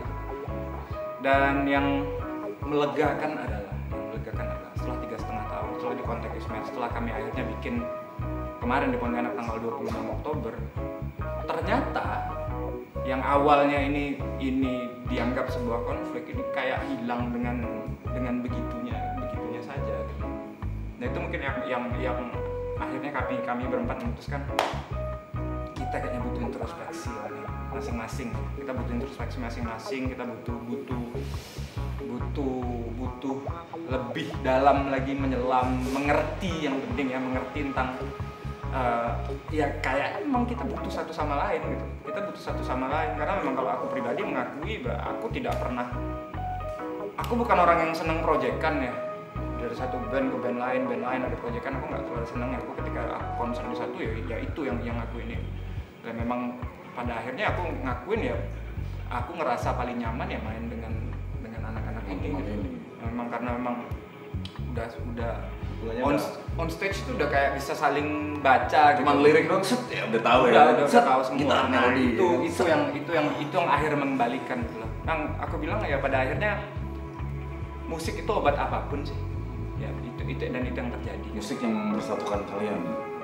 Dan yang melegakan adalah yang melegakan adalah setelah tiga setengah tahun setelah di kontak Ismail, setelah kami akhirnya bikin kemarin di Pontianak tanggal dua puluh enam Oktober, ternyata yang awalnya ini ini dianggap sebuah konflik ini kayak hilang dengan dengan begitunya begitunya saja gitu. Nah itu mungkin yang yang yang akhirnya kami kami berempat memutuskan kita kayaknya butuh introspeksi lah nih masing-masing. Kita butuh introspeksi masing-masing, kita butuh butuh butuh butuh lebih dalam lagi menyelam, mengerti yang penting ya, mengerti tentang uh, ya kayak emang kita butuh satu sama lain gitu. Kita butuh satu sama lain karena memang kalau aku pribadi mengakui bahwa aku tidak pernah, aku bukan orang yang seneng proyekan ya, dari satu band ke band lain, band lain ada proyekan, aku nggak terlalu seneng. Aku ketika aku konser di satu ya, ya itu yang yang aku ini. Dan memang pada akhirnya aku ngakuin ya, aku ngerasa paling nyaman ya main dengan dengan anak-anak ini gitu. Memang karena memang udah udah on, on stage itu udah kayak bisa saling baca Cuman gitu. lirik doang set ya udah tahu Udah, ya. udah, udah Set, tahu semua. gitar Nah, melodi. itu itu yang itu yang itu yang akhirnya mengembalikan gitu loh. Nah, aku bilang ya pada akhirnya musik itu obat apapun sih. Ya itu itu dan itu yang terjadi. Musik yang mempersatukan kalian.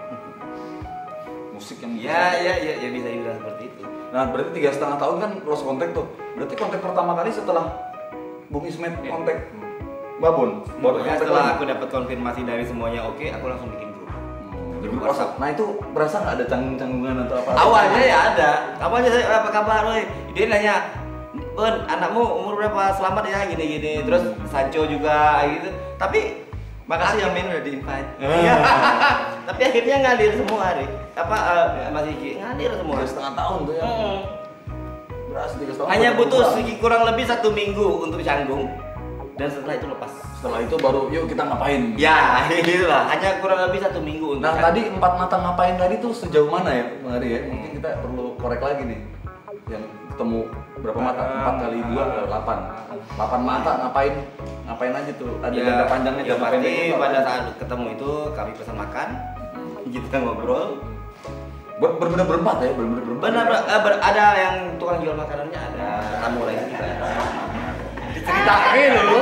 Musik yang Ya, ya, ya, ya bisa dibilang seperti itu. Nah berarti tiga setengah tahun kan lost kontak tuh. Berarti kontak pertama kali setelah Bung Ismet Ya. kontak Babon. Baru Pokoknya kontak setelah lagi. aku dapat konfirmasi dari semuanya oke, aku langsung bikin grup. Hmm, jadi WhatsApp. Nah itu berasa nggak ada canggung-canggungan atau apa? Awalnya ya ada. Awalnya saya apa kabar, woi? Dia nanya, "Ben, anakmu umur berapa? Selamat ya gini-gini." Terus Sancho juga gitu. Tapi Makasih yang main udah di invite. Iya. Tapi akhirnya ngalir semua, Ri. Apa uh, Mas Iki ngalir semua. Tiga setengah tahun tuh ya. Hmm. Berasa tiga setengah. Hanya tahun butuh kurang. segi kurang lebih satu minggu untuk canggung. Dan setelah itu lepas. Setelah itu baru yuk kita ngapain? Ya, itulah. Hanya kurang lebih satu minggu untuk Nah canggung. tadi empat mata ngapain tadi tuh sejauh mana ya Bang Ari ya? Mungkin kita perlu korek lagi nih. Yang ketemu berapa mata? Empat kali dua, delapan. Delapan mata ngapain? Ngapain aja tuh? Ada jangka panjangnya, ya jangka pasti pendeknya. pada saat ketemu itu kami pesan makan, kita ngobrol. Ber bener-bener berempat ya, bener-bener berempat. Benar, eh, ber- ada yang tukang jual makanannya, ada tamu lain juga. Diceritain loh.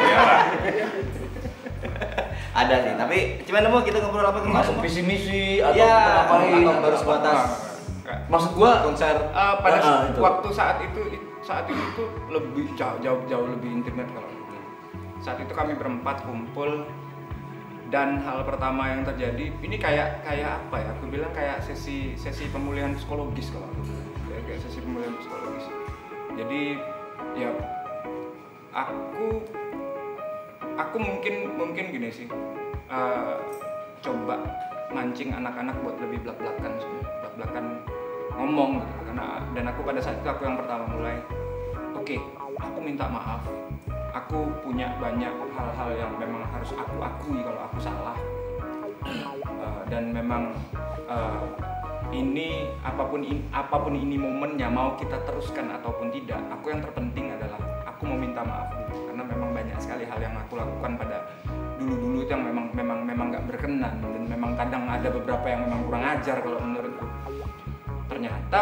Ada sih, tapi cuman nemu kita ngobrol apa kemarin? Masuk visi misi atau Ya, ngapain? atau baru sebatas Maksud gua konser. Uh, pada Ah, itu. waktu saat itu saat itu tuh lebih jauh jauh jauh lebih intimate kalau aku bilang. Saat itu kami berempat kumpul dan hal pertama yang terjadi ini kayak kayak apa ya? Aku bilang kayak sesi sesi pemulihan psikologis kalau aku bilang. Kayak, kayak sesi pemulihan psikologis. Jadi ya aku aku mungkin mungkin gini sih, uh, coba mancing anak-anak buat lebih belak-belakan sih, belak-belakan ngomong gitu. Karena dan aku pada saat itu aku yang pertama mulai, oke, okay, aku minta maaf, aku punya banyak hal-hal yang memang harus aku akui kalau aku salah, uh, dan memang uh, ini apapun in, apapun ini momennya, mau kita teruskan ataupun tidak, aku yang terpenting adalah aku mau minta maaf dulu, karena memang banyak sekali hal yang aku lakukan pada dulu-dulu itu yang memang memang memang nggak berkenan, dan memang kadang ada beberapa yang memang kurang ajar kalau menurutku. Ternyata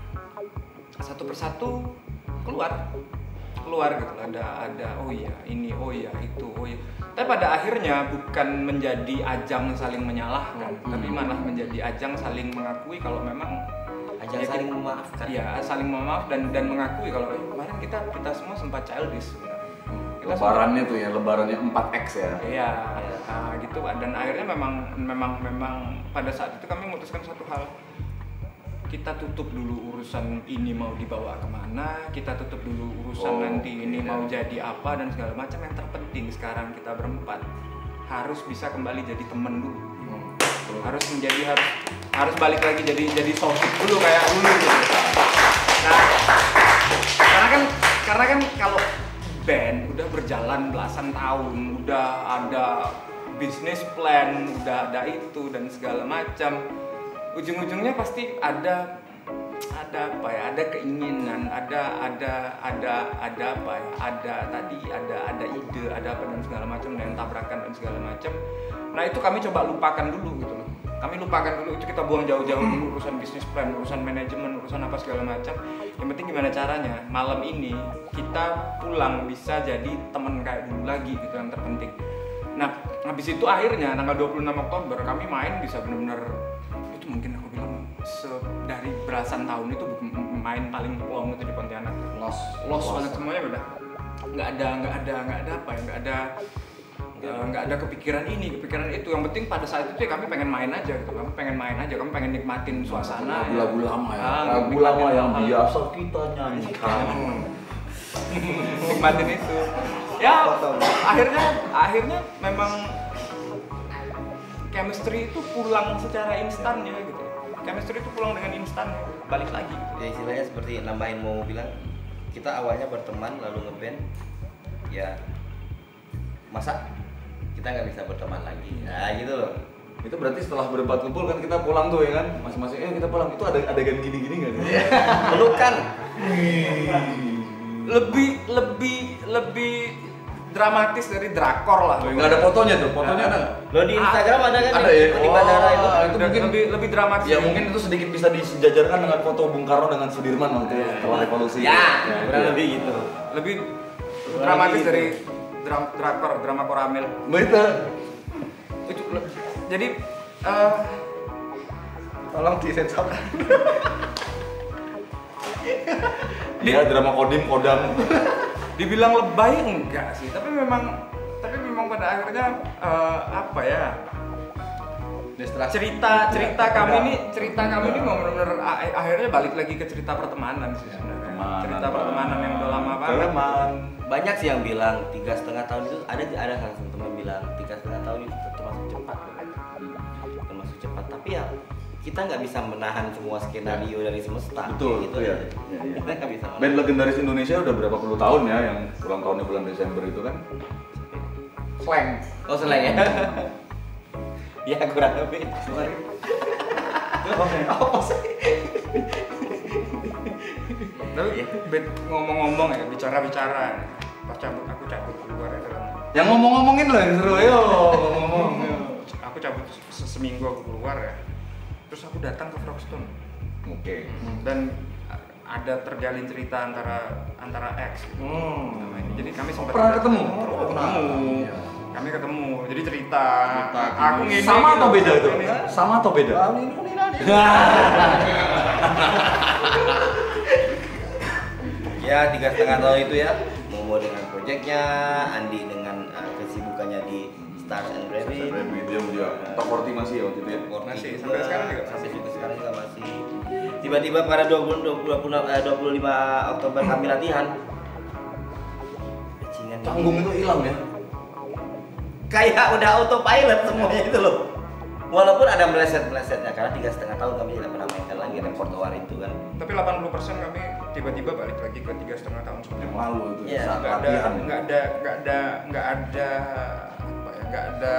satu persatu keluar keluar gitu, ada ada oh iya ini, oh iya itu, oh iya. Tapi pada akhirnya bukan menjadi ajang saling menyalahkan, hmm. tapi malah menjadi ajang saling mengakui kalau memang ajang ya, saling memaafkan. Iya, saling memaaf dan dan mengakui kalau eh, kemarin kita kita semua sempat childish sebenarnya. Kita lebarannya sempat, tuh ya, lebarannya empat X ya. Iya, nah, gitu. Dan akhirnya memang memang memang pada saat itu kami memutuskan satu hal. Kita tutup dulu urusan ini mau dibawa kemana, kita tutup dulu urusan oh, nanti ini iya. mau jadi apa dan segala macam. Yang terpenting sekarang kita berempat harus bisa kembali jadi temen dulu, hmm. harus menjadi harus harus balik lagi jadi jadi sohib dulu kayak dulu gitu. Nah, karena kan karena kan kalau band udah berjalan belasan tahun, udah ada bisnis plan, udah ada itu dan segala macam. Ujung-ujungnya pasti ada ada apa ya, ada keinginan, ada ada ada ada apa ya, ada tadi ada ada ide, ada apa dan segala macam, dan tabrakan dan segala macam. Nah itu kami coba lupakan dulu gitu loh. Kami lupakan dulu itu, kita buang jauh-jauh dulu urusan bisnis plan, urusan manajemen, urusan apa segala macam. Yang penting gimana caranya malam ini kita pulang bisa jadi teman kayak dulu lagi gitu, yang terpenting. Nah habis itu akhirnya tanggal dua puluh enam Oktober kami main bisa benar-benar, itu mungkin aku bilang se- dari belasan tahun itu main paling long itu di Pontianak. Los, los banget semuanya udah. Nggak ada nggak ada nggak ada apa ya, nggak ada nggak ada kepikiran ini kepikiran itu. Yang penting pada saat itu ya kami pengen main aja gitu, kami pengen main aja, kami pengen nikmatin suasana. Lagu-lagu ya. lama ya, ah, lagu lama yang hal. biasa kita nyanyikan. Nikmatin itu. Ya akhirnya akhirnya memang chemistry itu pulang secara instan ya gitu. Chemistry itu pulang dengan instan, balik lagi. Ya istilahnya seperti nambahin mau bilang, kita awalnya berteman lalu ngeband, ya masa kita nggak bisa berteman lagi, nah gitu loh. Itu berarti setelah berempat kumpul kan kita pulang tuh ya kan, masing-masing eh kita pulang, itu ada adegan gini-gini nggak? Pelukan. lebih lebih lebih dramatis dari drakor lah. Nggak ada fotonya tuh, fotonya ada. Lo di Instagram ada kan? Ada ya? Di bandara itu. Oh, itu mungkin lebih lebih dramatis. Ya mungkin itu sedikit bisa disejajarkan dengan foto Bung Karno dengan Sudirman waktu ya, setelah revolusi. Ya, kurang ya. lebih gitu. Lebih dramatis lebih dari dram, drakor, drama koramil. Betul. Itu jadi uh, tolong disensor. Dia drama kodim kodam. Dibilang lebay enggak sih, tapi memang tapi memang pada akhirnya uh, apa ya, Distraksi. cerita cerita kami ini cerita kami ini mau benar-benar akhirnya balik lagi ke cerita pertemanan sih sebenarnya. Pertemanan, cerita pertemanan yang udah lama banget. Teman. Banyak sih yang bilang tiga setengah tahun itu, ada ada kan teman bilang tiga setengah tahun itu termasuk cepat, termasuk cepat. Tapi ya kita nggak bisa menahan semua skenario dari semesta. Betul, gitu ya. ya, ya. Kita nggak bisa. Band legendaris Indonesia udah berapa puluh tahun ya yang ulang tahunnya bulan Desember itu kan? Slang. Oh slang ya? Ya kurang lebih. Apa sih? Tapi ngomong-ngomong ya, bicara-bicara, pas cabut aku cabut keluar ya dalam. Yang ngomong-ngomongin loh yang seru, ayo ngomong. Aku cabut seminggu aku keluar ya. Terus aku datang ke Frogstone. Oke. Dan ada terjalin cerita antara antara X gitu. Hmm. Namanya. Jadi kami sempat Pernah ketemu? Pernah ketemu. Kami ketemu. Jadi cerita. Cerita Aku ngini. Sama gitu. atau beda itu? Sama atau beda? Ya tiga setengah tahun itu ya, Momo dengan proyeknya, Andi dengan uh, kesibukannya di Stars and Rabbit. Dia dia top empat puluh masih ya waktu itu ya. Masih, juga, sampai sekarang juga sampai juga sekarang juga masih. Tiba-tiba pada dua puluh, dua puluh, dua puluh lima Oktober kami latihan. Bajingan Canggung itu hilang ya? kayak udah autopilot semuanya itu loh. Walaupun ada meleset-melesetnya karena tiga setengah tahun kami tidak pernah mainkan lagi repertoire itu kan. Tapi delapan puluh persen kami tiba-tiba balik lagi ke tiga setengah tahun sebelumnya. Yang lalu itu Iya, saat Nggak ada, latihan. nggak ada, nggak ada, nggak ada, apa ya, nggak ada,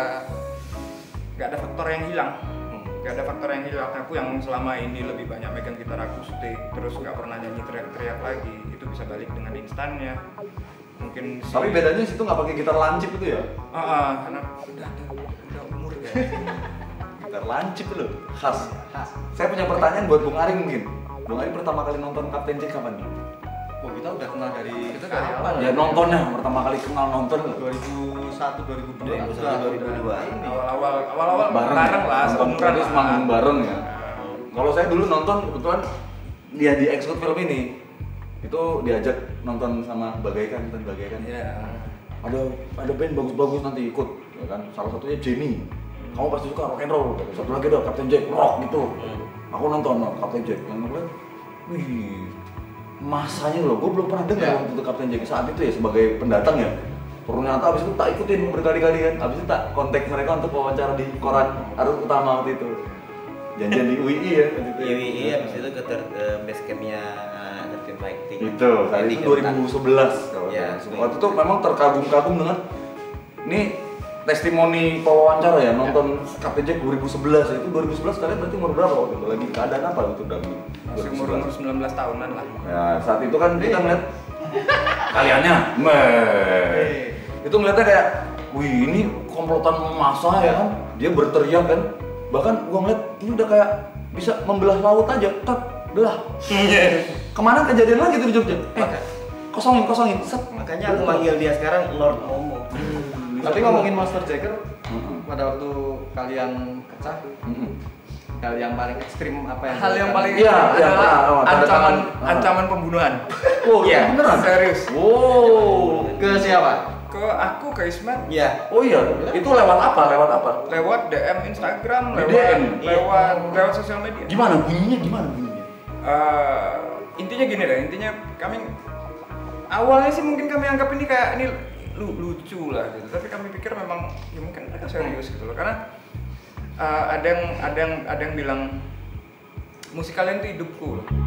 nggak ada faktor yang hilang. Nggak ada faktor yang hilang. Aku yang selama ini lebih banyak megang gitar akustik, terus nggak pernah nyanyi teriak-teriak lagi, itu bisa balik dengan instannya. Mungkin si- Tapi bedanya situ nggak pakai gitar lancip itu ya? Ah, ah, karena udah ada, udah umur ya. Gitar lancip loh, khas. khas. Saya punya pertanyaan buat Bung Ari mungkin. Bung Ari pertama kali nonton Kapten Jack kapan? Oh, kita udah kenal dari Kita dari kapan? Ya nontonnya pertama kali kenal nonton dua ribu satu dua ribu dua dua ribu satu dua ribu dua ini. Awal-awal, awal-awal bareng, bareng lah, nonton seumuran Paris lah. manggung bareng ya. Kalau saya dulu nonton kebetulan dia di Execute film ini itu diajak nonton sama Bagaikan dan Bagaikan. Iya. Ada ada band bagus-bagus nanti ikut, ya kan? Salah satunya Jamie. Kamu pasti suka rock and roll. Satu lagi dong Kapten Jack rock gitu. Aku nonton no, Kapten Jack. Yang ngeliat, wih, masanya loh. Gue belum pernah dengar Ya. waktu itu Kapten Jack saat itu ya sebagai pendatang ya. Ternyata abis itu tak ikutin berkali-kali kan. Abis itu tak kontak mereka untuk wawancara di koran Arus Utama waktu itu. Janjian di U I I ya. waktu itu ya. I W I habis itu ke ter, ke base campnya Tertin Fighting. Itu, saat itu dua ribu sebelas kalau Ya, saya. Waktu itu memang terkagum-kagum dengan ini testimoni pewawancara ya nonton Kapten Jack dua ribu sebelas itu dua ribu sebelas kalian berarti umur berapa waktu itu? Lagi keadaan apa waktu itu? Masih umur umur sembilan belas tahunan lah. Ya saat itu kan kita ngeliat kaliannya, meh. Itu ngeliatnya kayak, wih ini komplotan massa ya kan? Dia berteriak kan? Bahkan gua ngeliat ini udah kayak bisa membelah laut aja, tak belah. Kemana kejadian lagi tuh di Jogja? Eh, kosongin, kosongin, set. Makanya aku manggil dia sekarang Lord Momo. Tapi ngomongin Monster Jacker, Mm-mm. pada waktu kalian pecah, Mm-mm. hal yang paling ekstrim apa yang Hal yang dilakukan? paling Iya, ekstrim iya, adalah ah, oh, tanda ancaman tangan. Ah. ancaman pembunuhan. Oh, Iya, beneran? serius. Wow. Ke siapa? Ke aku ke Ismet Iya. Oh iya, itu lewat apa? Lewat apa? lewat D M Instagram, Di lewat D M? lewat lewat sosial media. Gimana bunyinya? Gimana bunyinya? Eh, intinya gini deh, intinya kami awalnya sih mungkin kami anggap ini kayak ini lu, lucu lah gitu, tapi kami pikir memang ya mungkin mereka serius gitu loh, karena eh, ada yang ada yang ada yang bilang musik kalian itu hidupku loh.